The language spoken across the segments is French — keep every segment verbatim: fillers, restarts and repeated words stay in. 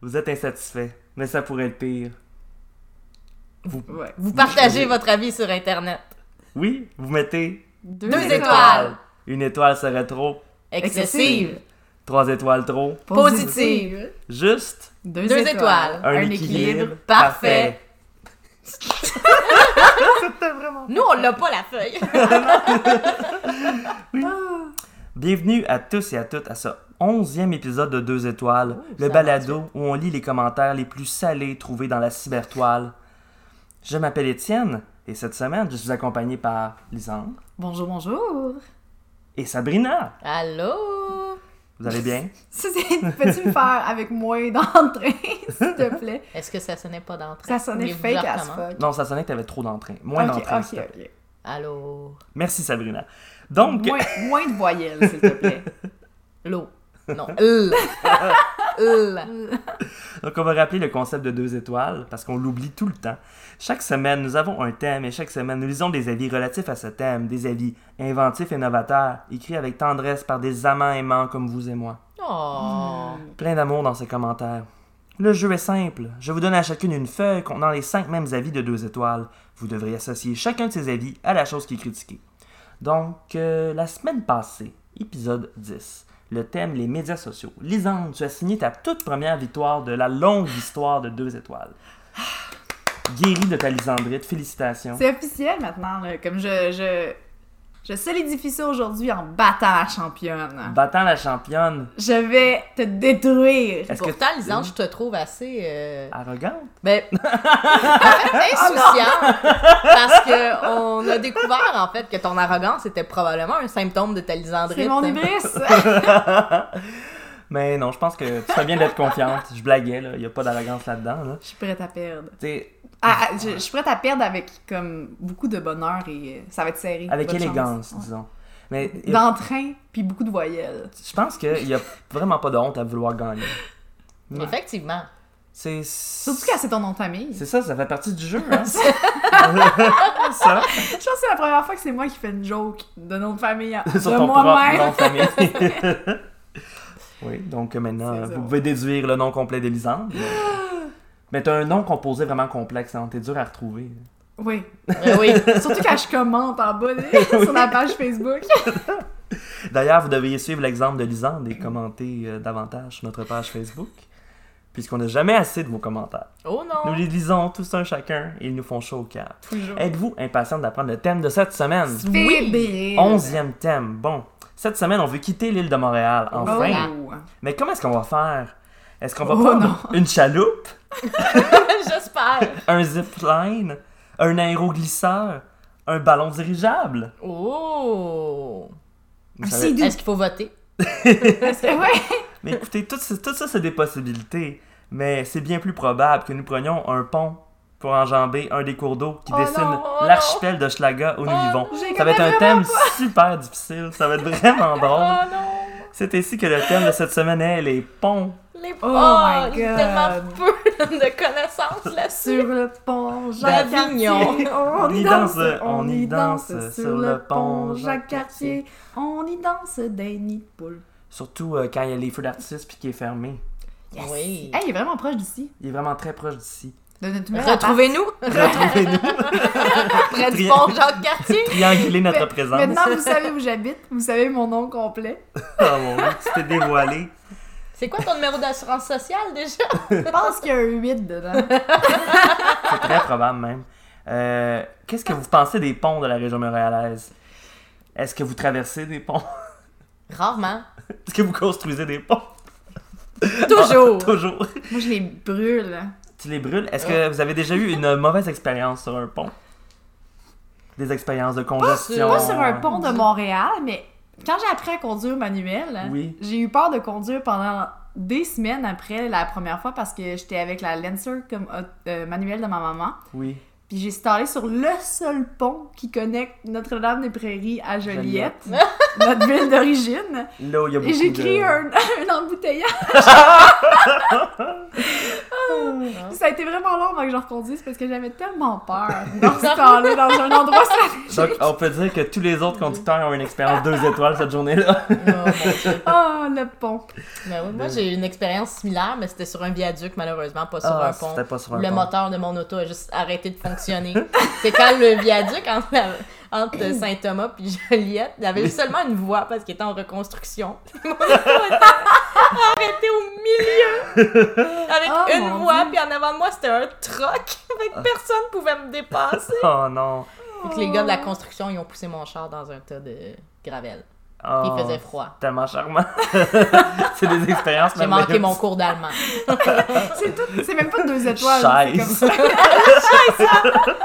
Vous êtes insatisfait, mais ça pourrait être pire. Vous, Ouais. Vous partagez votre avis sur Internet. Oui, vous mettez Deux, Deux étoiles. étoiles. Une étoile serait trop, Excessive. trois étoiles trop, Positive. juste Deux, Deux étoiles. étoiles. un, Un équilibre, équilibre parfait. C'était vraiment... Nous, on l'a pas, la feuille. Bienvenue à tous et à toutes à ce onzième épisode de Deux étoiles, Oh, le ça balado où on lit les commentaires les plus salés trouvés dans la cybertoile. Je m'appelle Étienne et cette semaine, je suis accompagné par Lisandre Bonjour, bonjour. et Sabrina. Allô? Vous allez bien? Ça, c'est- Peux-tu le faire avec moins d'entrain, s'il te plaît? Est-ce que ça sonnait pas d'entrée? Ça sonnait Voulez-vous fake que je as recommence? fuck. Non, ça sonnait que t'avais trop d'entrain. Moins Ok, d'entrain. ok, s'il te plaît. ok. Allô? Merci Sabrina. Donc, Moins, moins de voyelles, s'il te plaît. L'eau. Non. L. L. donc on va rappeler le concept de Deux étoiles parce qu'on l'oublie tout le temps. Chaque semaine, nous avons un thème et chaque semaine, nous lisons des avis relatifs à ce thème, des avis inventifs et novateurs, écrits avec tendresse par des amants aimants comme vous et moi. Oh. Plein d'amour dans ces commentaires. Le jeu est simple. Je vous donne à chacune une feuille contenant les cinq mêmes avis de deux étoiles. Vous devrez associer chacun de ces avis à la chose qui est critiquée. Donc, euh, la semaine passée, épisode dix, le thème les médias sociaux. Lisande, tu as signé ta toute première victoire de la longue histoire de deux étoiles. Guérie de ta Lisandrite, félicitations. C'est officiel maintenant, là. Comme je, je, je solidifie ça aujourd'hui en battant la championne. Battant la championne, Je vais te détruire. est-ce que Pourtant, Lisande, je te trouve assez... euh, arrogante? Ben, en fait, insouciante, parce que on a découvert, en fait, que ton arrogance était probablement un symptôme de ta lisandrite. C'est mon hybris. Mais non, je pense que tu fais bien d'être confiante. Je blaguais, là. Il n'y a pas d'arrogance là-dedans, là. Je suis prête à perdre. Tu sais, Ah, ah, je, je suis prête à perdre avec comme beaucoup de bonheur et euh, ça va être serré. avec Bonne élégance, chance. disons. Mais Ouais. il y a- D'entrain, puis beaucoup de voyelles. je pense qu'il n'y a vraiment pas de honte à vouloir gagner. Effectivement. C'est Surtout quand c'est ton nom de famille. c'est ça, ça fait partie du jeu, hein? ça, Je pense que c'est la première fois que c'est moi qui fais une joke de nom de famille à- sur de ton propre moi-même. nom de famille. Oui, donc euh, maintenant, C'est euh, ça. vous pouvez déduire le nom complet d'Élisande. Mais t'as un nom composé vraiment complexe, hein? T'es dur à retrouver. Oui. Ben oui. Surtout quand je commente en bas de- sur la page Facebook. D'ailleurs, vous devriez suivre l'exemple de Lisande et commenter euh, davantage sur notre page Facebook, puisqu'on n'a jamais assez de vos commentaires. Oh non. Nous les lisons tous un chacun et ils nous font chaud au cœur. Toujours. Êtes-vous impatient d'apprendre le thème de cette semaine? Fébrile. Onzième thème. Bon, cette semaine, on veut quitter l'île de Montréal, enfin. Oh. Mais comment est-ce qu'on va faire? Est-ce qu'on va Oh, prendre non. une chaloupe, J'espère. un zipline, un aéroglisseur, un ballon dirigeable? Oh. Vous Un savez- sidou. Est-ce qu'il faut voter? Parce que, ouais. Mais écoutez, tout, ça- tout ça, c'est des possibilités. Mais c'est bien plus probable que nous prenions un pont pour enjamber un des cours d'eau qui Oh dessine non, oh l'archipel de Schlaga où nous Oh vivons. J'ai Ça va être un connais thème vraiment super difficile. Ça va être vraiment drôle. Oh non. C'est ainsi que le thème de cette semaine est les ponts. Les Oh oh, my j'ai God. tellement peu de connaissances là-dessus. Sur le pont Jacques D'Avignon. Cartier, on y danse, on y danse sur le pont Jacques Cartier, on y danse des nids de poules. Surtout euh, quand il y a les feux d'artifice puis qui est fermé. Yes. Oui. Hey, il est vraiment proche d'ici. Il est vraiment très proche d'ici. De notre nouvel appart. Retrouvez-nous Retrouvez-nous. près du Tri- pont Jacques-Cartier. Trianguler notre Mais- présence. Maintenant, vous savez où j'habite, vous savez mon nom complet. Oh mon Dieu, tu t'es dévoilé. C'est quoi ton numéro d'assurance sociale déjà? Je pense qu'il y a un huit dedans. C'est très probable même. Euh, Qu'est-ce que vous pensez des ponts de la région montréalaise? Est-ce que vous traversez des ponts? Rarement. Est-ce que vous construisez des ponts? Toujours. Toujours. Moi, je les brûle. Tu les brûles? Est-ce que vous avez déjà eu une mauvaise expérience sur un pont? Des expériences de congestion? Pas sur un pont de Montréal, mais quand j'ai appris à conduire manuel, Oui. j'ai eu peur de conduire pendant des semaines après la première fois parce que j'étais avec la Lancer comme euh, manuel de ma maman. Oui. Puis j'ai stallé sur le seul pont qui connecte Notre-Dame-des-Prairies à Joliette, notre ville d'origine. Là où il y a beaucoup Et j'ai de... créé un, un embouteillage. Ça a été vraiment vraiment long avant que je reconduise parce que j'avais tellement peur dans ce temps-là, dans un endroit stratégique. Donc, on peut dire que tous les autres conducteurs ont une expérience deux étoiles cette journée-là. Oh, mon Dieu. Oh, le pont. Ben oui, moi, j'ai eu une expérience similaire, mais c'était sur un viaduc, malheureusement, pas sur Ah, un pont. c'était pas sur un Le pont. moteur de mon auto a juste arrêté de fonctionner. C'est quand le viaduc entre, la- entre Saint-Thomas puis Joliette, il y avait seulement une voie parce qu'il était en reconstruction. Mon auto était arrêté au milieu avec Oh, une mon voie, Dieu. puis en avant de moi, c'était un truck. Fait que personne pouvait me dépasser. Oh non. Fait que les gars de la construction, ils ont poussé mon char dans un tas de gravel. Oh, Il faisait froid. Tellement charmant. C'est des expériences J'ai manqué merveilleuses. mon cours d'allemand. C'est tout, c'est même pas deux étoiles. Chaise. C'est comme ça.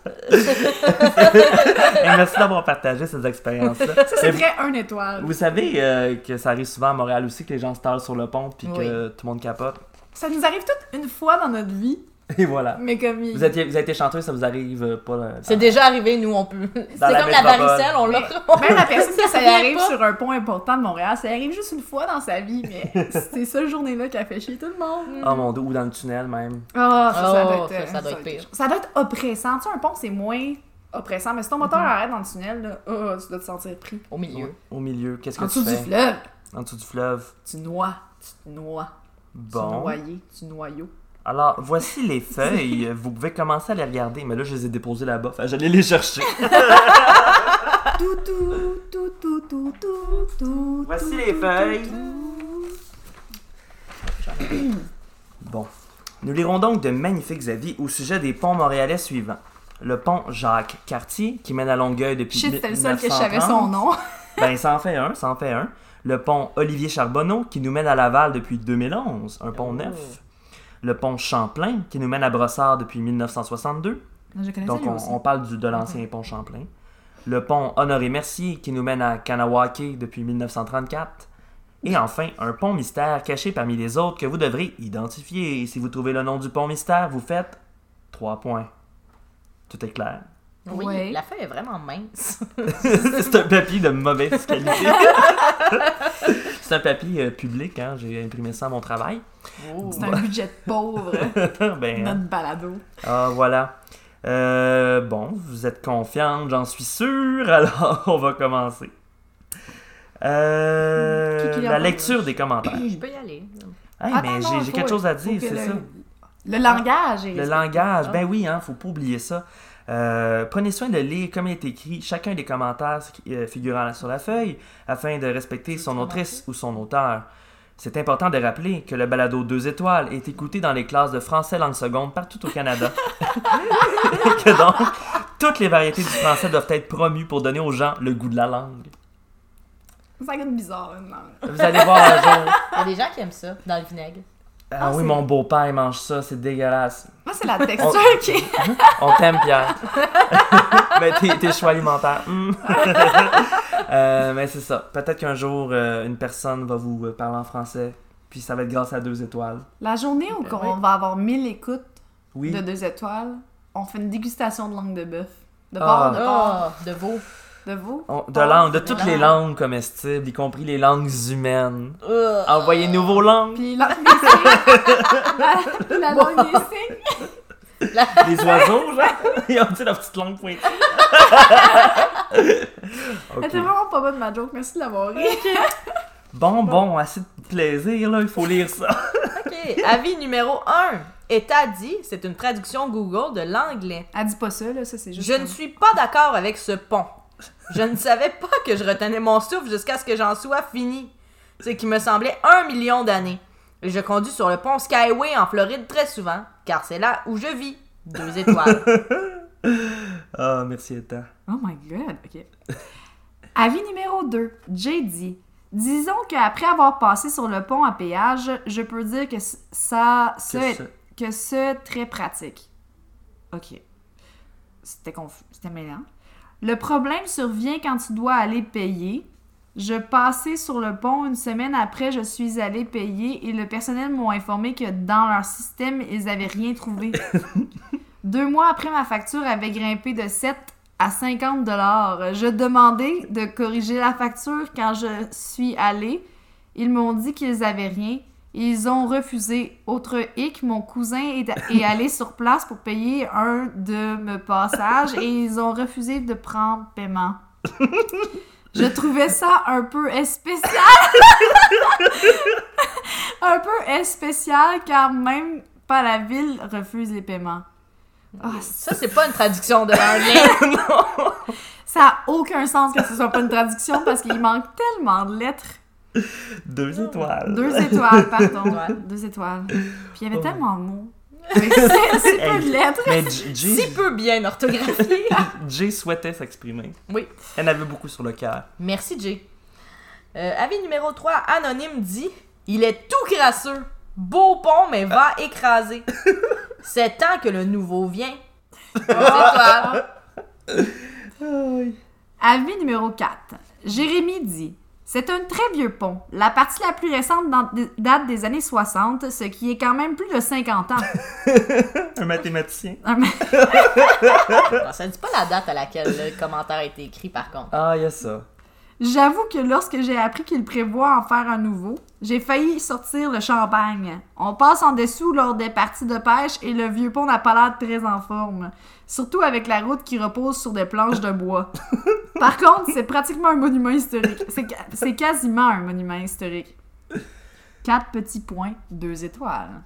Et merci d'avoir partagé ces expériences-là. Ça, c'est Et très un étoile. Vous savez euh, que ça arrive souvent à Montréal aussi, que les gens se talent sur le pont puis que Oui. tout le monde capote. Ça nous arrive toute une fois dans notre vie, Et voilà. mais comme il... Vous, êtes, vous avez été chanteuse, ça vous arrive euh, pas... euh, C'est déjà arrivé, nous, on peut. C'est Dans la comme la métropole. varicelle, on l'a. Même la personne que ça lui vient arrive pas. sur un pont important de Montréal, ça lui arrive juste une fois dans sa vie, mais c'est cette journée-là qui a fait chier tout le monde. Oh mon dieu, ou dans le tunnel même. Ah, ça, ça Oh, doit être, ça, euh, ça doit être pire. Ça doit être oppressant. Tu sais, un pont, c'est moins oppressant, mais si ton moteur Mhm. arrête dans le tunnel, là, oh, tu dois te sentir pris. Au milieu. Au milieu, qu'est-ce que En tu dessous du fais? fleuve, En dessous du fleuve. tu noies, tu te noies, tu Bon. noyais, tu noyaux. Alors, voici les feuilles. Vous pouvez commencer à les regarder, mais là, je les ai déposées là-bas. Fait que j'allais les chercher. Tout, tout, tout, tout, tout, tout, tout. Voici tout, les tout, feuilles. tout. Bon. Nous lirons donc de magnifiques avis au sujet des ponts montréalais suivants. Le pont Jacques-Cartier, qui mène à Longueuil depuis Shit, c'était le seul que je mille neuf cent savais trente. son nom. Ben, ça en fait un, ça en fait un. Le pont Olivier-Charbonneau, qui nous mène à Laval depuis deux mille onze, un pont Oh. neuf. Le pont Champlain, qui nous mène à Brossard depuis mille neuf cent soixante-deux. Je connaissais Donc, lui on, aussi. on parle du, de l'ancien pont Champlain. Le pont Honoré-Mercier, qui nous mène à Kanawake depuis mille neuf cent trente-quatre. Et enfin, un pont mystère caché parmi les autres que vous devrez identifier. Et si vous trouvez le nom du pont mystère, vous faites trois points. Tout est clair. Oui, Ouais. la feuille est vraiment mince. C'est un papier de mauvaise qualité. C'est un papier euh, public, hein. J'ai imprimé ça à mon travail. C'est un budget de pauvre, ben, notre balado. ah, voilà. Euh, bon, vous êtes confiante, j'en suis sûr. Alors, on va commencer. Euh, Qui qui lit en la premier? lecture des commentaires. Je peux y aller. Hey, Attends, mais non, j'ai j'ai faut- quelque chose à faut dire, que c'est le- ça. Le langage est Le respecté. langage, Ah. ben oui, hein, faut pas oublier ça. Euh, prenez soin de lire comme il est écrit chacun des commentaires euh, figurant sur la feuille afin de respecter son autrice ou son auteur. C'est important de rappeler que le balado deux étoiles est écouté dans les classes de français langue seconde partout au Canada. Et que donc, toutes les variétés du français doivent être promues pour donner aux gens le goût de la langue. Ça goûte bizarre, une langue. Vous allez voir un jour. Il y a des gens qui aiment ça, dans le vinaigre. Ah, Ah, oui, c'est- mon beau-père il mange ça, c'est dégueulasse. Moi, c'est la texture qui est... On t'aime, Pierre. Mais tes, tes choix alimentaires. hmm. Euh, mais c'est ça. Peut-être qu'un jour, euh, une personne va vous euh, parler en français, puis ça va être grâce à deux étoiles. La journée où Ben on oui. va avoir mille écoutes Oui. de deux étoiles, on fait une dégustation de langue de bœuf. De Ah. porc, de porc, Oh, de veau. de veau. On- de porc, langue, de toutes les langue. langues comestibles, y compris les langues humaines. Euh, Envoyez-nous vos langues. Puis langue des signes. la, la langue des signes. Les oiseaux, genre. Ils ont dit la petite langue pointue. Elle Ok. était vraiment pas bonne ma joke, merci de l'avoir ri. Bon, bon, assez de plaisir, là, il faut lire ça. OK. Avis numéro un. État dit, c'est une traduction Google de l'anglais. Elle dit pas ça, là, ça c'est juste... Je ne comme- suis pas d'accord avec ce pont. Je ne savais pas que je retenais mon souffle jusqu'à ce que j'en sois fini. C'est qui me semblait un million d'années. Et je conduis sur le pont Skyway en Floride très souvent, car c'est là où je vis. Deux étoiles. Ah, merci, Eta. Oh my god, ok. Avis numéro deux. Jay dit: disons qu'après avoir passé sur le pont à péage, je peux dire que c- ça, ça Que est- ça- que c'est très pratique. Ok. C'était confus, c'était mêlant. Le problème survient quand tu dois aller payer. Je passais sur le pont une semaine après, je suis allée payer et le personnel m'a informé que dans leur système, ils avaient rien trouvé. Deux mois après, ma facture avait grimpé de sept à cinquante dollars. Je demandais de corriger la facture quand je suis allée. Ils m'ont dit qu'ils avaient rien. Ils ont refusé. Autre hic, mon cousin est, est allé sur place pour payer un de mes passages et ils ont refusé de prendre paiement. Je trouvais ça un peu spécial. un peu spécial car même pas la ville refuse les paiements. Oh, ça, c'est pas une traduction de l'anglais. Ça n'a aucun sens que ce soit pas une traduction parce qu'il manque tellement de lettres. Deux étoiles. Deux étoiles, pardon. Ouais. Deux étoiles. Puis il y avait Oh. tellement de mots. Avec si si peu de lettres. Mais J- Jay, Si peu bien orthographié. Jay souhaitait s'exprimer. Oui. Elle avait beaucoup sur le cœur. Merci, Jay. Euh, avis numéro trois, Anonyme dit « Il est tout crasseux. Beau pont, mais va écraser. C'est temps que le nouveau vient. » C'est toi. Avis numéro quatre. Jérémy dit « C'est un très vieux pont. La partie la plus récente dans- date des années soixante, ce qui est quand même plus de cinquante ans. Un mathématicien. Ah, mais- Non, ça dit pas la date à laquelle le commentaire a été écrit, par contre. Ah, il y a ça. J'avoue que lorsque j'ai appris qu'il prévoit en faire un nouveau, j'ai failli sortir le champagne. On passe en dessous lors des parties de pêche et le vieux pont n'a pas l'air très en forme. Surtout avec la route qui repose sur des planches de bois. Par contre, c'est pratiquement un monument historique. C'est, ca- c'est quasiment un monument historique. Quatre petits points, deux étoiles.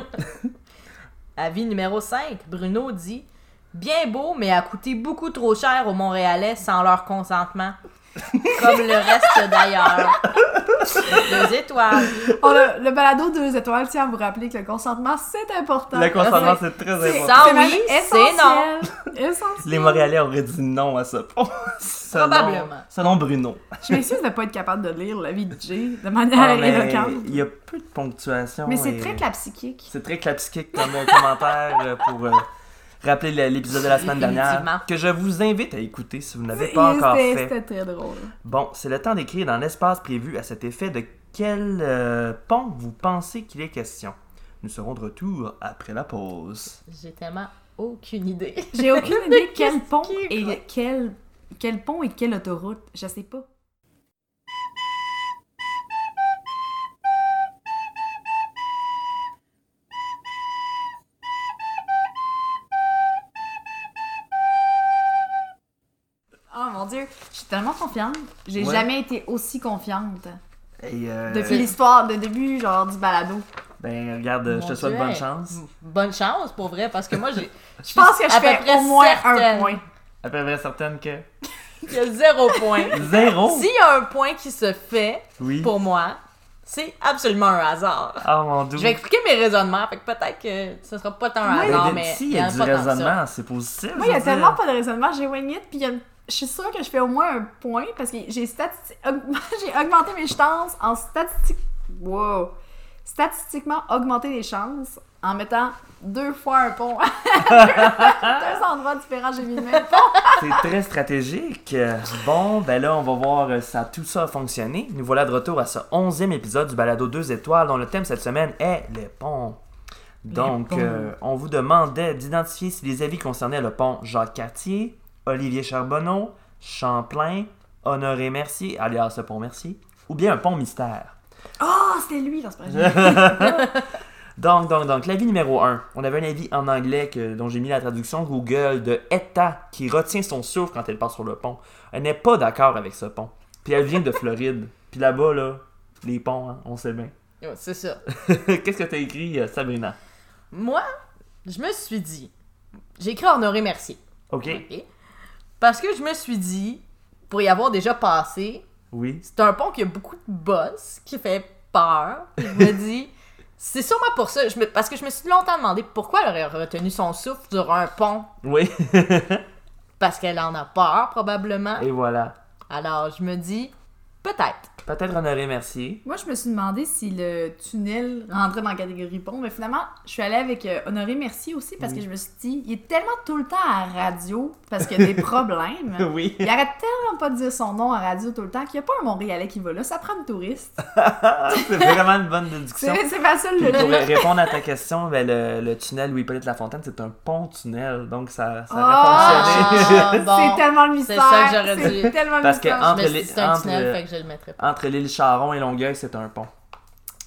Avis numéro cinq, Bruno dit « Bien beau, mais a coûté beaucoup trop cher aux Montréalais sans leur consentement. Comme le reste d'ailleurs. » Deux étoiles. On a- le balado deux étoiles tient à vous rappeler que le consentement, c'est important. Le consentement, oui. c'est très C'est important. ça. C'est même oui, c'est essentiel. Essentiel. Les Montréalais auraient dit non à ce pont. Selon- Probablement. Selon Bruno. Je m'excuse de ne pas être capable de lire la vie de Jay de manière Ah, mais éloquente. il y a peu de ponctuation. Mais c'est et- très clapsychique. C'est très clapsychique comme euh, commentaire euh, pour euh, rappeler le- l'épisode de la semaine dernière. Effectivement. Que je vous invite à écouter si vous n'avez pas C'était- encore c'était- fait. C'était très drôle. Bon, c'est le temps d'écrire dans l'espace prévu à cet effet de quel euh, pont vous pensez qu'il est question. Nous serons de retour après la pause. J'ai tellement aucune idée. J'ai aucune idée quel Qu'est-ce pont qui est et quoi? quel, quel pont et quelle autoroute. Je sais pas. Oh mon dieu, je suis tellement confiante. J'ai Ouais. jamais été aussi confiante. Et euh, Depuis l'histoire de début, genre du balado. ben regarde, je te Mon souhaite Dieu, bonne hey, chance. Bonne chance, pour vrai, parce que moi, j'ai... Je pense que je à peu fais près au moins certaine un point. À peu près certaine que Il y a zéro point. zéro. S'il y a un point qui se fait, Oui. pour moi, c'est absolument un hasard. Ah mon dieu. Je vais expliquer mes raisonnements, fait que peut-être que ce sera pas tant un Oui. hasard, Mais mais si il il y a du pas tant que ça. raisonnement, c'est positif. Moi, il y a je veux tellement dire. pas de raisonnement. J'ai wing it, puis il y a une- je suis sûre que je fais au moins un point parce que j'ai stati- aug- j'ai augmenté mes chances en statistique. Wow! Statistiquement, augmenté les chances en mettant deux fois un pont. Deux endroits différents, j'ai mis le même pont. C'est très stratégique. Bon, ben là, on va voir euh, ça, tout ça a fonctionné. Nous voilà de retour à ce onzième épisode du balado deux étoiles dont le thème cette semaine est les ponts. Donc, ponts. euh, on vous demandait d'identifier si les avis concernaient le pont Jacques-Cartier, Olivier Charbonneau, Champlain, Honoré Mercier, alias le pont Mercier, ou bien un pont mystère. Oh, c'était lui dans ce projet. Donc, donc, donc, l'avis numéro un. On avait un avis en anglais que, dont j'ai mis la traduction Google de Etta qui retient son souffle quand elle passe sur le pont. Elle n'est pas d'accord avec ce pont. Puis elle vient de Floride. Puis là-bas, là, les ponts, hein, on sait bien. Ouais, c'est ça. Qu'est-ce que t'as écrit, euh, Sabrina? Moi, je me suis dit... J'ai écrit Honoré Mercier. OK. Ok? Parce que je me suis dit, pour y avoir déjà passé, Oui. c'est un pont qui a beaucoup de bosses, qui fait peur. Je me dis, c'est sûrement pour ça. Je me- parce que je me suis longtemps demandé pourquoi elle aurait retenu son souffle sur un pont. Oui. Parce qu'elle en a peur, probablement. Et voilà. Alors, je me dis, peut-être. Peut-être Honoré Mercier. Moi, je me suis demandé si le tunnel rentrait dans la catégorie pont, mais finalement, je suis allée avec euh, Honoré Mercier aussi parce que je me suis dit, il est tellement tout le temps à la radio parce qu'il y a des problèmes. Oui. Il arrête tellement pas de dire son nom à radio tout le temps qu'il n'y a pas un Montréalais qui va là, ça prend une touriste. C'est vraiment une bonne déduction. C'est c'est facile de Puis le pour dire. répondre à ta question, ben, le, le tunnel Louis-Hippolyte Lafontaine, c'est un pont-tunnel. Donc, ça, ça aurait Ah! fonctionné. Ah, bon. C'est tellement le mystère. C'est ça que j'aurais C'est dit. tellement le Parce que mystère. entre Je me suis les- dit, c'est un entre- tunnel, fait que je le mettrais pas. Entre l'île Charon et Longueuil, c'est un pont.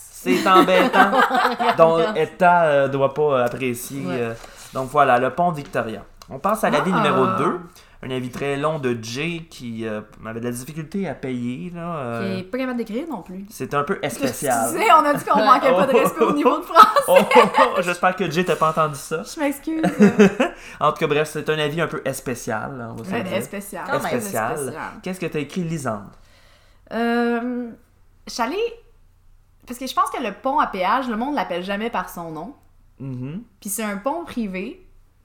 C'est embêtant. Donc, Etta euh, doit pas euh, apprécier. Ouais. euh, donc voilà, le pont Victoria. On passe à l'avis Ah. numéro deux. Un avis très long de Jay qui euh, avait de la difficulté à payer. Là, euh, Qui est pas capable d'écrire non plus. C'est un peu spécial. Tu sais, on a dit qu'on manquait pas de respect au niveau de France. Oh, oh, oh, j'espère que Jay t'a pas entendu ça. Je m'excuse. En tout cas, bref, c'est un avis un peu spécial. On va se le Ouais, dire. spécial. Quand même. Spécial. Spécial. Qu'est-ce que t'as écrit, Lisande? Euh, je suis allée... Parce que je pense que le pont à péage, le monde l'appelle jamais par son nom. Mhm. Puis c'est un pont privé.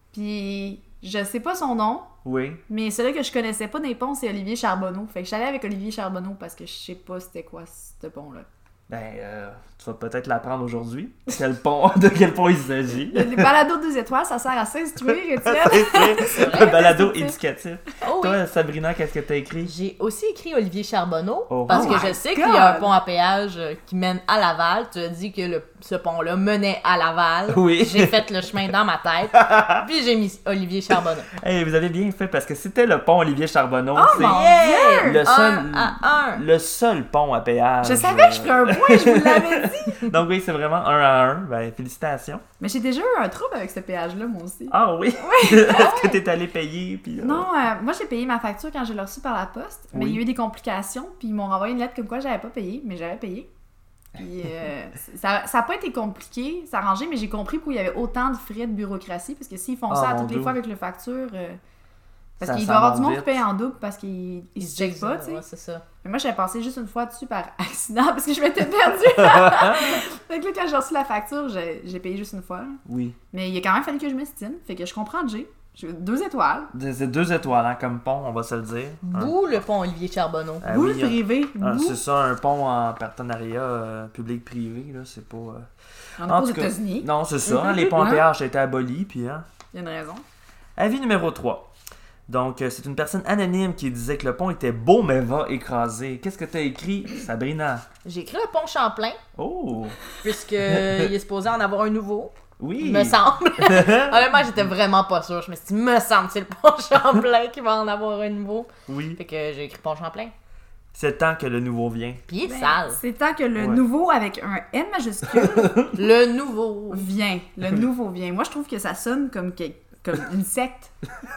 Puis je sais pas son nom, Oui. mais celui que je connaissais pas des ponts, c'est Olivier Charbonneau. Fait que je suis allée avec Olivier Charbonneau parce que je sais pas c'était quoi ce pont-là. Ben, euh, tu vas peut-être l'apprendre aujourd'hui. Quel pont, de quel pont il s'agit. Le balado de deux étoiles, ça sert à s'instruire, Étienne. C'est un balado c'est- éducatif. Oh, oui. Toi, Sabrina, qu'est-ce que t'as écrit? J'ai aussi écrit Olivier Charbonneau Oh. parce Oh que my je sais God! qu'il y a un pont à péage euh, qui mène à Laval. Tu as dit que le- ce pont-là menait à Laval. Oui. J'ai fait le chemin dans ma tête. Puis j'ai mis Olivier Charbonneau. Hey, vous avez bien fait parce que c'était le pont Olivier Charbonneau. Oh c'est mon Yeah! le seul, Un à un. le seul pont à péage. Je savais que je ferais un point, je vous l'avais dit. Donc oui, c'est vraiment un à un. Ben, félicitations. Mais j'ai déjà eu un trouble avec ce péage-là, moi aussi. Ah oui? Est-ce que t'es allé payer? Puis, euh, Non, euh, moi j'ai payé ma facture quand je l'ai reçue par la poste, mais Oui. il y a eu des complications, puis ils m'ont renvoyé une lettre comme quoi j'avais pas payé, mais j'avais payé. Puis euh, ça n'a pas été compliqué, ça a arrangé, mais j'ai compris pourquoi il y avait autant de frais de bureaucratie, parce que s'ils font Ah, ça à mon toutes les Dieu. fois avec le facture, euh, parce Ça qu'il s'en doit y avoir du va monde vite. qui paye en double parce qu'ils ils se checkent pas, tu sais. Ouais, c'est ça. Mais moi, j'avais passé juste une fois dessus par accident parce que je m'étais perdue. Fait que là, quand j'ai reçu la facture, j'ai j'ai payé juste une fois. là. Oui. Mais il a quand même fallu que je m'estime. Fait que je comprends Jay. J'ai deux étoiles. C'est deux étoiles hein, comme pont, on va se le dire. Un- D'où le pont Olivier Charbonneau. Ah Boule oui, hein. privée. Ah, Boule. c'est ça, un pont en partenariat euh, public-privé, là, c'est pas... euh, On en est pas aux tout cas, États-Unis. Non, c'est ça, hein, les ponts à Hein? péage ont été abolis, puis hein. Il y a une raison. Avis numéro trois. Donc, euh, c'est une personne anonyme qui disait que le pont était beau, mais va écraser. Qu'est-ce que t'as écrit, Sabrina? J'ai écrit le pont Champlain, Oh! puisqu'il est supposé en avoir un nouveau. Oui! Me semble. Honnêtement, j'étais vraiment pas sûre. Je me suis dit, me semble, c'est le pont Champlain qui va en avoir un nouveau. Oui. Fait que j'ai écrit pont Champlain. C'est temps que le nouveau vient. Puis il est Ben, sale. C'est temps que le Ouais. nouveau avec un N majuscule Le nouveau. vient. Le nouveau vient. Moi, je trouve que ça sonne comme, que- comme une secte.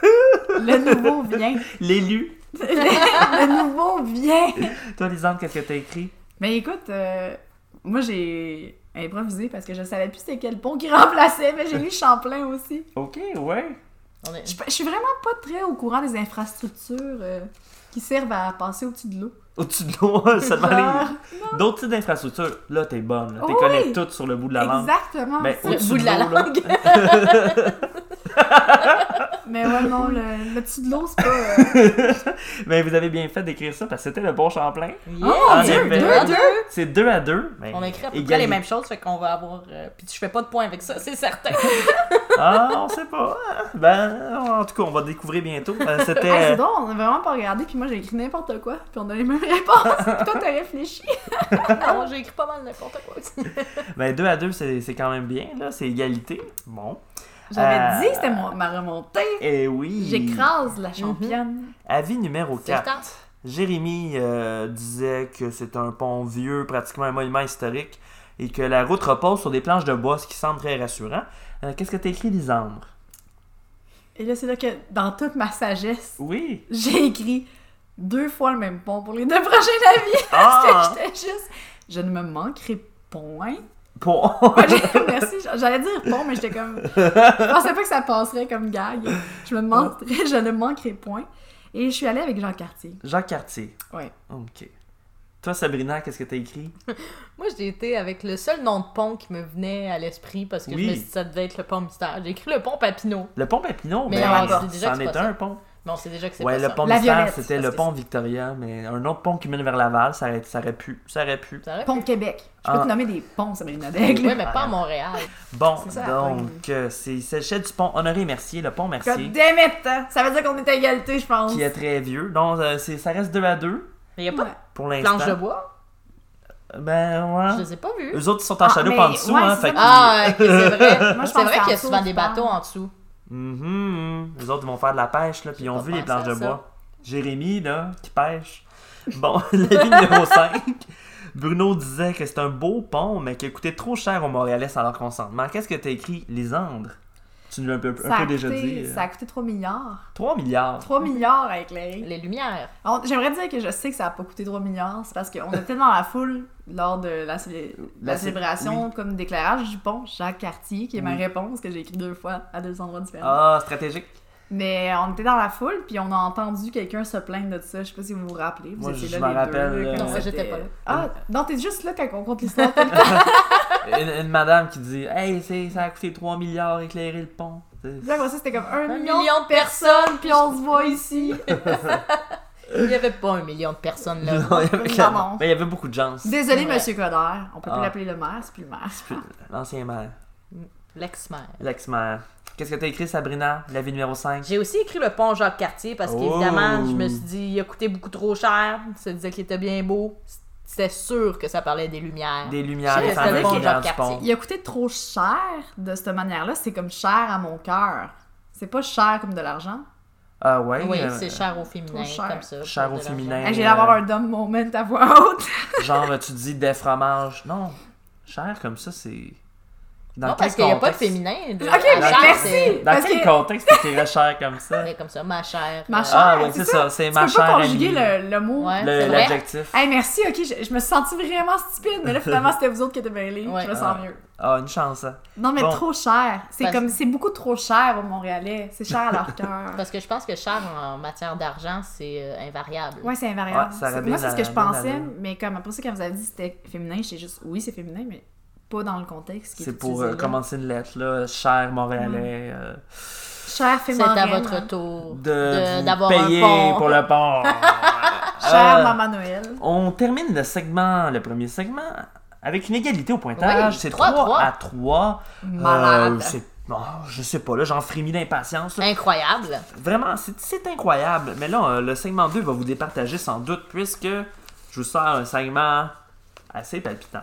Le nouveau vient. L'élu! Le nouveau vient. Toi, Lisande, qu'est-ce que t'as écrit? Mais écoute, euh, moi, j'ai improvisé parce que je savais plus c'était quel pont qui remplaçait, mais j'ai mis Champlain aussi. Ok, ouais. On est- Je, je suis vraiment pas très au courant des infrastructures euh, qui servent à passer au-dessus de l'eau. Au-dessus de l'eau, seulement Genre, les... D'autres types d'infrastructures, là, t'es bonne. là. T'es Oui. connais toutes sur le bout de la langue. exactement. Mais ça. Le au-dessus bout de la l'eau, là. langue. Mais ouais, non, le, le dessus de l'eau, c'est pas... euh, Mais vous avez bien fait d'écrire ça parce que c'était le bon Champlain. Yeah. Oh, En Dieu, effet. deux à deux! C'est deux à deux. Mais On a écrit à peu près égalité. les mêmes choses, fait qu'on va avoir. euh, Puis je fais pas de points avec ça, c'est certain. Ah, on sait pas. hein. Ben, en tout cas, on va découvrir bientôt. Euh, C'était. Ah, c'est drôle, on a vraiment pas regardé, puis moi j'ai écrit n'importe quoi, puis on a les mêmes réponses. Puis toi, t'as réfléchi. non, j'ai écrit pas mal n'importe quoi aussi. Ben, deux à deux, c'est c'est quand même bien, là. C'est égalité. Bon. J'avais Euh, dit que c'était mon- ma remontée. Eh oui. J'écrase la championne. Avis numéro C'est le temps. quatre. Jérémy euh, disait que c'est un pont vieux, pratiquement un monument historique, et que la route repose sur des planches de bois, ce qui semble très rassurant. Euh, Qu'est-ce que t'as écrit, Lisandre? Et là, c'est là que, dans toute ma sagesse, Oui. j'ai écrit deux fois le même pont pour les deux prochains avis. Ah! Parce que j'étais juste... Je ne me manquerai point. Pont. Ouais, j'ai- merci. J'allais dire pont, mais j'étais comme... Je pensais pas que ça passerait comme gag. Je me demanderais, je ne manquerai point. Et je suis allée avec Jean Cartier. Jacques Cartier. Ouais. Ok. Toi, Sabrina, qu'est-ce que t'as écrit? Moi, j'ai été avec le seul nom de pont qui me venait à l'esprit parce que Oui. je me suis dit ça devait être le pont mystère. J'ai écrit le pont Papineau. Le pont Papineau, Mais ben, non, c'est déjà c'en que c'est est pas un ça. pont. Mais on sait déjà que c'est Ouais, pas le ça. pont La Mystère, Violette, c'était parce le que pont Victoria, mais un autre pont qui mène vers Laval, ça aurait, ça aurait pu. Ça aurait pu. Ça aurait Pont Québec. Je peux Ah. te nommer des ponts, ça m'est une pu. dègle. Oui, mais pas à Montréal. Bon, C'est ça, la donc, euh, c'est c'est le chef du pont Honoré Mercier, le pont Mercier, God damn it! Ça veut dire qu'on est à égalité, je pense. qui est très vieux. Donc, euh, c'est- ça reste deux à deux Mais il n'y a pas Ouais. pour de l'instant. planche de bois. Ben, Je ouais. les ai pas vus. Eux autres, ils sont en Ah, chaloupe mais en dessous, ouais, hein. c'est Fait ça. que- Ah, ok, c'est vrai. Moi, je C'est pense vrai qu'il y a qu'en souvent dessous, des tu bateaux parles. en dessous. Mhm. Les autres, ils vont faire de la pêche, là, puis ils J'ai ont pas vu les pensé planches à de ça. bois. Jérémy, là, qui pêche. Bon, l'avis numéro cinq. Bruno disait que c'est un beau pont, mais qui a coûté trop cher aux Montréalais sans leur consentement. Qu'est-ce que t'as écrit? Lisandre? Tu nous l'as un peu, un Ça peu a, déjà coûté, dit. euh. ça a coûté trois milliards. trois milliards. trois milliards à éclairer. Les lumières. Alors, j'aimerais dire que je sais que ça a pas coûté trois milliards. C'est parce qu'on était dans la foule lors de la, célé- La la cé- célébration comme d'éclairage du pont Jacques Cartier, qui est ma Oui. réponse que j'ai écrit deux fois à deux endroits différents. Ah, stratégique. Mais on était dans la foule, puis on a entendu quelqu'un se plaindre de ça. Je sais pas si vous vous rappelez. Vous Moi, étiez je là m'en les rappelle, deux. euh, comme Non, moi, c'était- j'étais pas là. Ah, non, t'es juste là quand on compte l'histoire. une, une madame qui dit Hey, c'est- ça a coûté trois milliards éclairer le pont. C'est- Puis après ça, c'était comme un, Un million, million de de personnes, personnes, puis on se voit ici. Il n'y avait pas un million de personnes là. Non, il y avait- Non, non. Mais il y avait beaucoup de gens. Désolé, Ouais. Monsieur Coder. On peut Ah. plus l'appeler le maire, c'est plus le maire. Puis, L'ancien maire, L'ex-maire. l'ex-maire. Qu'est-ce que t'as écrit, Sabrina? L'avis numéro cinq. J'ai aussi écrit le pont Jacques-Cartier parce Oh. qu'évidemment, je me suis dit, il a coûté beaucoup trop cher. Ça disait qu'il était bien beau. C'était sûr que ça parlait des lumières. Des lumières, Je des sais, fameuses c'était le lumières pont du Jacques-Cartier. pont. Il a coûté trop cher de cette manière-là. C'est comme cher à mon cœur. C'est pas cher comme de l'argent. Ah ouais? Oui, euh, c'est cher au féminin, trop cher. comme ça. Cher pas au de féminin. l'argent. Hey, J'ai d'avoir un dumb moment à voix haute. Genre, tu dis des fromages. Non, cher comme ça, c'est. Dans Non, quel parce qu'il n'y a pas de contexte- féminin. de- Ok, à ben, cher, merci. c'est- Dans Parce quel que- contexte tu écrirais cher comme ça? c'est comme ça, ma chère. Ma euh, chère. Ah oui, c'est c'est ça. ça, c'est Tu ma peux pas chère conjuguer amie. le, le mot. Ouais, Le- c'est vrai. L'adjectif. Hey, merci, ok, je, je me suis sentie vraiment stupide, mais là, finalement, c'était vous autres qui étaient mêlés. Ouais. Je me sens Ah. mieux. Ah, une chance, ça. Non, mais Bon. trop cher. C'est Parce- comme, c'est beaucoup trop cher aux Montréalais. C'est cher à leur cœur. Parce que je pense que cher en matière d'argent, c'est euh, invariable. Ouais, c'est invariable. Ouais, ça aurait C'est- bien Moi, c'est ce que la- je bien pensais, l'allure. mais comme après ça, quand vous avez dit que c'était féminin, j'étais juste, oui, c'est féminin, mais pas dans le contexte. qui est C'est pour utilisé euh, là. commencer une lettre, là. Cher Montréalais. euh, Cher C'est féminin. à votre tour de de- vous d'avoir payer un pont. pour le pont. Cher Euh, Maman Noël. On termine le segment, le premier segment, avec une égalité au pointage. Oui, c'est trois à trois trois. à trois. Malade. Euh, c'est- oh, je sais pas, là, j'en frémis d'impatience. là. Incroyable. Vraiment, c'est c'est incroyable. Mais là, euh, le segment deux va vous départager sans doute, puisque je vous sors un segment assez palpitant.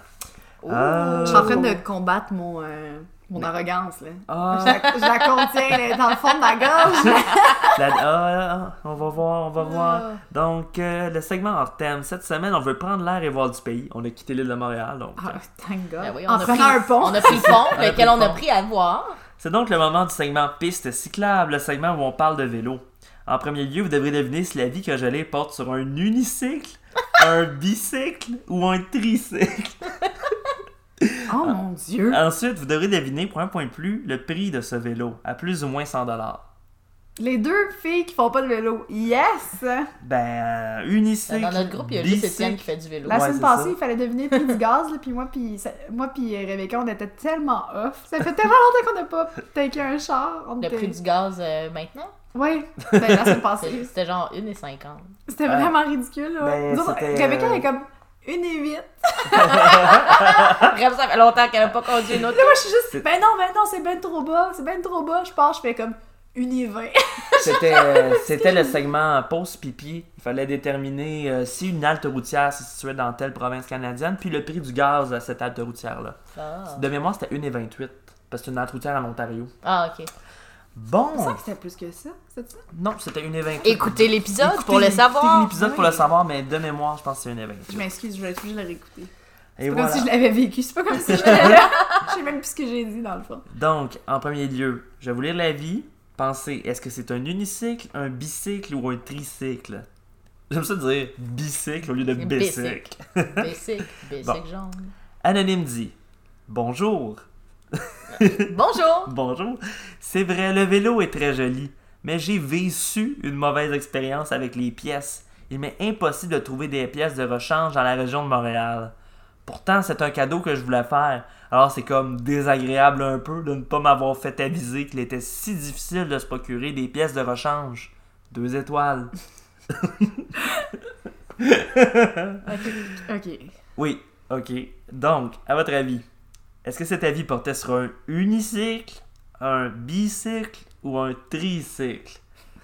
Euh, Je suis en train de combattre mon, euh, mon arrogance, là. Ah, Je la, je la contiens là, dans le fond de ma gorge. la- ah, on va voir, on va voir. Donc, euh, le segment hors thème. Cette semaine, on veut prendre l'air et voir du pays. On a quitté l'île de Montréal, donc. Ah, thank God. Ben oui, en on, a prenant pris, un pont. on a pris le pont, On a lequel pris on le a pont. pris à voir. C'est donc le moment du segment piste cyclable, le segment où on parle de vélo. En premier lieu, vous devrez deviner si la vie que je l'ai porte sur un unicycle, un bicycle ou un tricycle. Oh mon Dieu. Ensuite, vous devrez deviner, pour un point de plus, le prix de ce vélo, à plus ou moins cent dollars. Les deux filles qui font pas de vélo. Yes! Ben, euh, unicycle, Dans notre groupe, il y a juste bicycle. Étienne qui fait du vélo. La Ouais, semaine c'est passée, ça. il fallait deviner le prix du gaz, là, puis moi puis ça- moi puis Rebecca, on était tellement off. Ça fait tellement longtemps qu'on n'a pas také un char. On Le était... prix du gaz euh, maintenant, Oui, ben, la semaine c'est- passée. c'était genre une virgule cinquante. C'était Ouais. vraiment ridicule. Là. Ben, Nous autres, c'était, Rebecca, euh, elle est comme une et huit. Bref, ça fait longtemps qu'elle n'a pas conduit une autre. Là, moi, je suis juste, C'est- ben non, ben non, c'est ben trop bas. C'est ben trop bas. Je pars, je fais comme une et vingt. C'était, euh, c'était le segment pause pipi. Il fallait déterminer euh, si une halte routière se situait dans telle province canadienne, puis le prix du gaz à cette halte routière-là. Ah, De mémoire, c'était une virgule vingt-huit, parce que c'est une halte routière en Ontario. Ah, ok. Bon! Je sens que c'était plus que ça, c'est ça? Non, c'était une virgule vingt-huit. Écoutez l'épisode Écoutez- pour le écoutez savoir. l'épisode pour Oui. le savoir, mais de mémoire, je pense que c'est une virgule Je vingt-huit. m'excuse, je vais être obligée de le réécouter. Et C'est pas voilà. comme si je l'avais vécu. C'est pas comme si j'étais là. Je sais même plus ce que j'ai dit, dans le fond. Donc, en premier lieu, je vais vous lire l'avis. Pensez, est-ce que c'est un unicycle, un bicycle ou un tricycle? J'aime ça dire bicycle au lieu de bicycle. Basic. Basic. Basic Bon. jaune. Anonyme dit bonjour. Bonjour. Bonjour. C'est vrai, le vélo est très joli, mais j'ai vécu une mauvaise expérience avec les pièces. Il m'est impossible de trouver des pièces de rechange dans la région de Montréal. Pourtant, c'est un cadeau que je voulais faire. Alors, c'est comme désagréable un peu de ne pas m'avoir fait aviser qu'il était si difficile de se procurer des pièces de rechange. Deux étoiles. Ok. Ok. Oui, ok. Donc, à votre avis, est-ce que cet avis portait sur un unicycle, un bicycle ou un tricycle?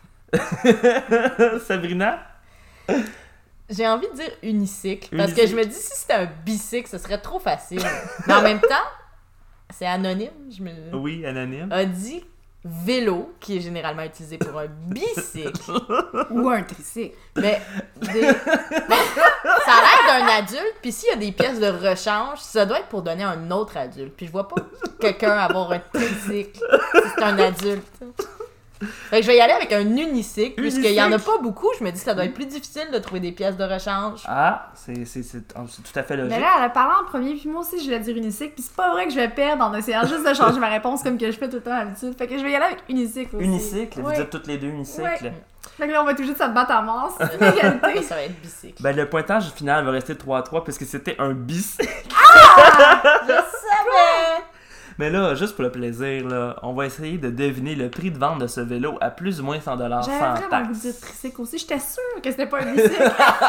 Sabrina? J'ai envie de dire unicycle, parce que Unicycle. je me dis si c'était un bicycle, ce serait trop facile. Mais en même temps, c'est anonyme, je me Oui, anonyme. a dit vélo, qui est généralement utilisé pour un bicycle. Ou un tricycle. Mais des- ça a l'air d'un adulte, puis s'il y a des pièces de rechange, ça doit être pour donner à un autre adulte. Puis je vois pas quelqu'un avoir un tricycle si c'est un adulte. Fait que je vais y aller avec un unicycle, puisqu'il y en a pas beaucoup. Je me dis que ça doit être plus difficile de trouver des pièces de rechange. Ah, c'est, c'est, c'est, oh, c'est tout à fait logique. Mais là, elle a parlé en premier, puis moi aussi, je vais dire unicycle. Puis c'est pas vrai que je vais perdre en essayant juste de changer ma réponse comme que je fais tout le temps d'habitude. Fait que je vais y aller avec unicycle aussi. Unicycle, Ouais. vous êtes toutes les deux unicycles. Ouais. Fait que là, on va tout juste se battre à mort. C'est une égalité. Ça va être bicycle. Ben, le pointage final va rester trois à trois puisque c'était un bicycle. Je savais! Mais là, juste pour le plaisir, là, on va essayer de deviner le prix de vente de ce vélo à plus ou moins cent dollars J'avais sans vraiment envie de taxe. dire tricycle aussi. J'étais sûre que c'était pas un bicycle.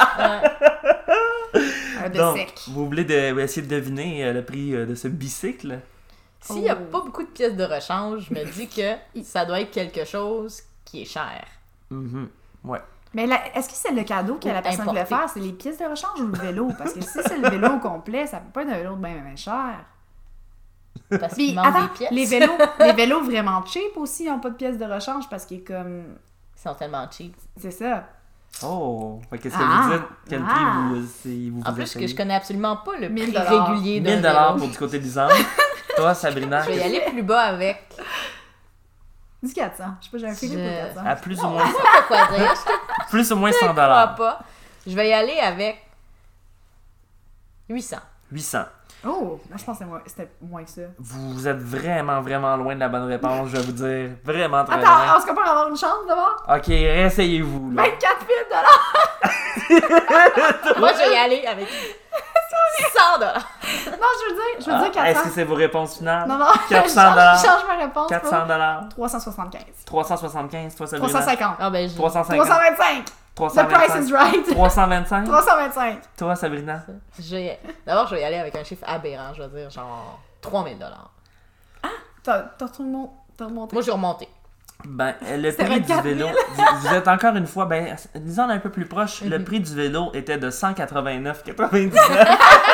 Un Donc, bicycle. vous voulez de- essayer de deviner euh, le prix euh, de ce bicycle? S'il y a Oh. pas beaucoup de pièces de rechange, je me dis que ça doit être quelque chose qui est cher. Mhm. Ouais. Mais là, est-ce que c'est le cadeau que Ou la personne voulait importé. faire? C'est les pièces de rechange ou le vélo? Parce que si c'est le vélo au complet, ça peut pas être un vélo de bien, bien cher. Parce Puis, qu'il manque attends, des pièces. les vélos, les vélos vraiment cheap aussi n'ont pas de pièces de rechange parce qu'ils comme... Ils sont tellement cheap. C'est ça. Oh! Fait qu'est-ce que Ah! vous dites? Quel Ah! prix vous, c'est- vous, En vous plus, essayez? que je connais absolument pas le mille prix dollars. régulier d'un mille dollars vélo. pour du côté de Lisanne. Toi, Sabrina? Je vais y aller plus bas avec. Dis quatre cents. Je sais pas, j'ai un feeling pour Je- quatre cents. À plus ou Non, moins, je sais pas quoi dire. Je plus ou moins te cent crois dollars. pas. Je vais y aller avec huit cents. huit cents. Oh! Moi, je pense que c'était moins- c'était moins que ça. Vous êtes vraiment, vraiment loin de la bonne réponse, je vais vous dire. Vraiment très Attends, loin. est-ce qu'on peut avoir une chance d'abord? Ok, réessayez-vous, là. vingt-quatre mille dollars! Moi, je vais y aller avec cent dollars. Non, je veux dire, je veux Ah, dire quatre cents. est-ce que c'est vos réponses finales? Non, non, quatre cents je change, dollars. je change ma réponse. quatre cents dollars. trois cent soixante-quinze. trois cent soixante-quinze, toi, Sabrina? trois cent cinquante. Ah ben, je... trois cent trois cinquante. cent vingt-cinq. trois The cent price vingt-cinq. is right. trois cent vingt-cinq. trois cent vingt-cinq. Toi, Sabrina? je vais... D'abord, je vais y aller avec un chiffre aberrant. Je vais dire genre trois mille dollars. T'as t'as remonté. T'as remonté. Moi, je vais remonter. Ben, euh, le C'était prix du vingt-quatre vélo, mille. vous, vous êtes encore une fois, ben, disons un peu plus proche, le Mhm. prix du vélo était de cent quatre-vingt-neuf quatre-vingt-dix-neuf.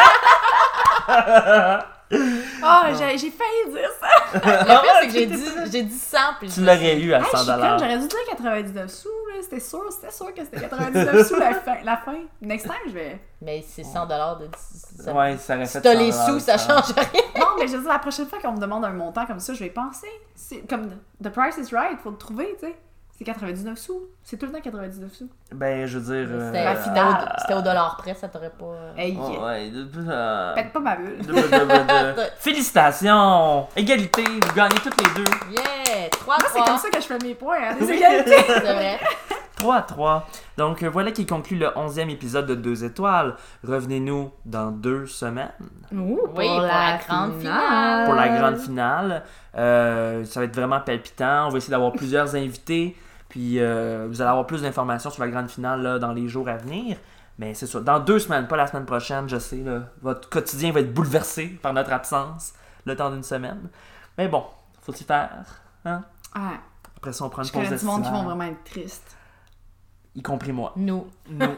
Ah, j'ai j'ai failli dire ça. Le pire, c'est que j'ai dit, j'ai dit cent, puis Tu je me l'aurais suis- eu à Hey, je cent suis conne, dollars. j'aurais dû dire quatre-vingt-dix-neuf sous, là. C'était sûr, c'était sûr que c'était quatre-vingt-dix-neuf sous la fin, la fin. Next time, je vais... Mais c'est cent dollars de... Ça... Ouais, ça aurait Si fait t'as cent les dollars, sous, ça change rien. Non, mais je veux dire, la prochaine fois qu'on me demande un montant comme ça, je vais y penser. C'est comme The Price is Right, faut le trouver, tu sais. C'est quatre-vingt-dix-neuf sous. C'est tout le temps quatre-vingt-dix-neuf sous. Ben, je veux dire... C'était la euh, finale. c'était au, c'était au dollar près, ça t'aurait pas... Hey, oh, ouais, de- de- euh, pète pas ma bulle. de- de- de- de- Félicitations! Égalité, vous gagnez toutes les deux. Yeah! trois Moi, c'est trois. comme ça que je fais mes points, hein, des égalités. C'est vrai. trois à trois. Donc, euh, voilà qui conclut le onzième épisode de deux étoiles. Revenez-nous dans deux semaines Ouh, Oui, pour la grande finale. pour la grande finale. Euh, ça va être vraiment palpitant. On va essayer d'avoir plusieurs invités. Puis, euh, vous allez avoir plus d'informations sur la grande finale là, dans les jours à venir. Mais c'est ça, dans deux semaines, pas la semaine prochaine, je sais. Là, votre quotidien va être bouleversé par notre absence le temps d'une semaine. Mais bon, faut y faire. Hein? Ouais, Après ça, on prend une je pause connais du monde qui estivale. vont vraiment être tristes. Y compris moi. Nous. Nous.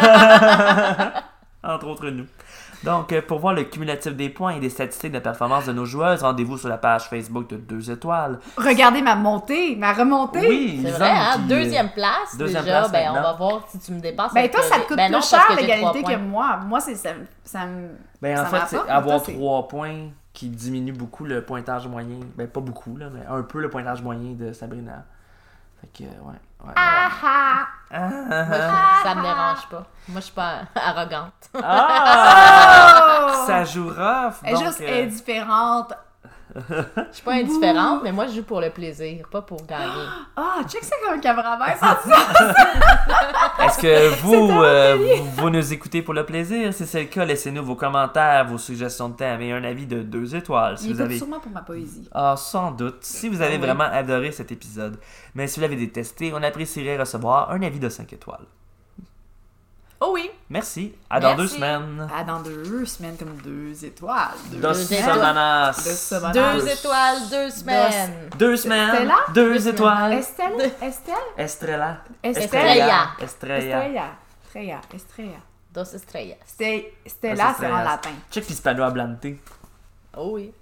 Entre autres nous. Donc, euh, pour voir le cumulatif des points et des statistiques de performance de nos joueuses, rendez-vous sur la page Facebook de deux étoiles. Regardez ma montée, ma remontée. Oui, C'est Lisanne vrai, hein? qui, euh, Deuxième place, deuxième déjà. place Ben, on maintenant. va voir si tu me dépasses. Ben avec toi, que ça te j'ai- coûte ben non, plus parce cher que j'ai trois l'égalité que points. moi. Moi, c'est ça, ça me... Ben, en ça fait, me c'est rapporte, avoir toi, c'est- trois points qui diminue beaucoup le pointage moyen. Ben, pas beaucoup, là, mais un peu le pointage moyen de Sabrina. Fait que, ouais. ouais Ah ah! ah, Moi, ah, je- ça me dérange pas. Moi, je suis pas arrogante. ah! Oh! Ça joue rough. Elle est donc, juste euh, indifférente Je suis pas indifférente, mais moi, je joue pour le plaisir, pas pour gagner. Ah, check ça comme un cameraman, ça. Est-ce que vous, euh, vous, vous nous écoutez pour le plaisir? Si c'est le cas, laissez-nous vos commentaires, vos suggestions de thèmes et un avis de deux étoiles. Si Il vous écoute avez... sûrement pour ma poésie. Ah, sans doute. Si vous avez Ah oui. vraiment adoré cet épisode. Mais si vous l'avez détesté, on apprécierait recevoir un avis de cinq étoiles. Oh oui! Merci. À dans Merci. deux semaines. Ah, dans deux semaines, comme deux étoiles. Deux, Dos étoiles. semanas. Deux semaines. Deux étoiles, deux semaines! Deux semaines. Stella? Deux Deux étoiles. Estelle? Estelle? Estrella. Estrella. Estrella. Estrella. Estrella. Estrella. Dos estrellas. C'était- Stella, c'est en Estrellas. latin. Check l'hispano hablante. Oh oui.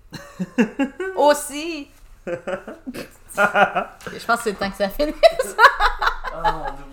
Aussi! Je pense que c'est le temps que ça finisse. Oh mon Dieu.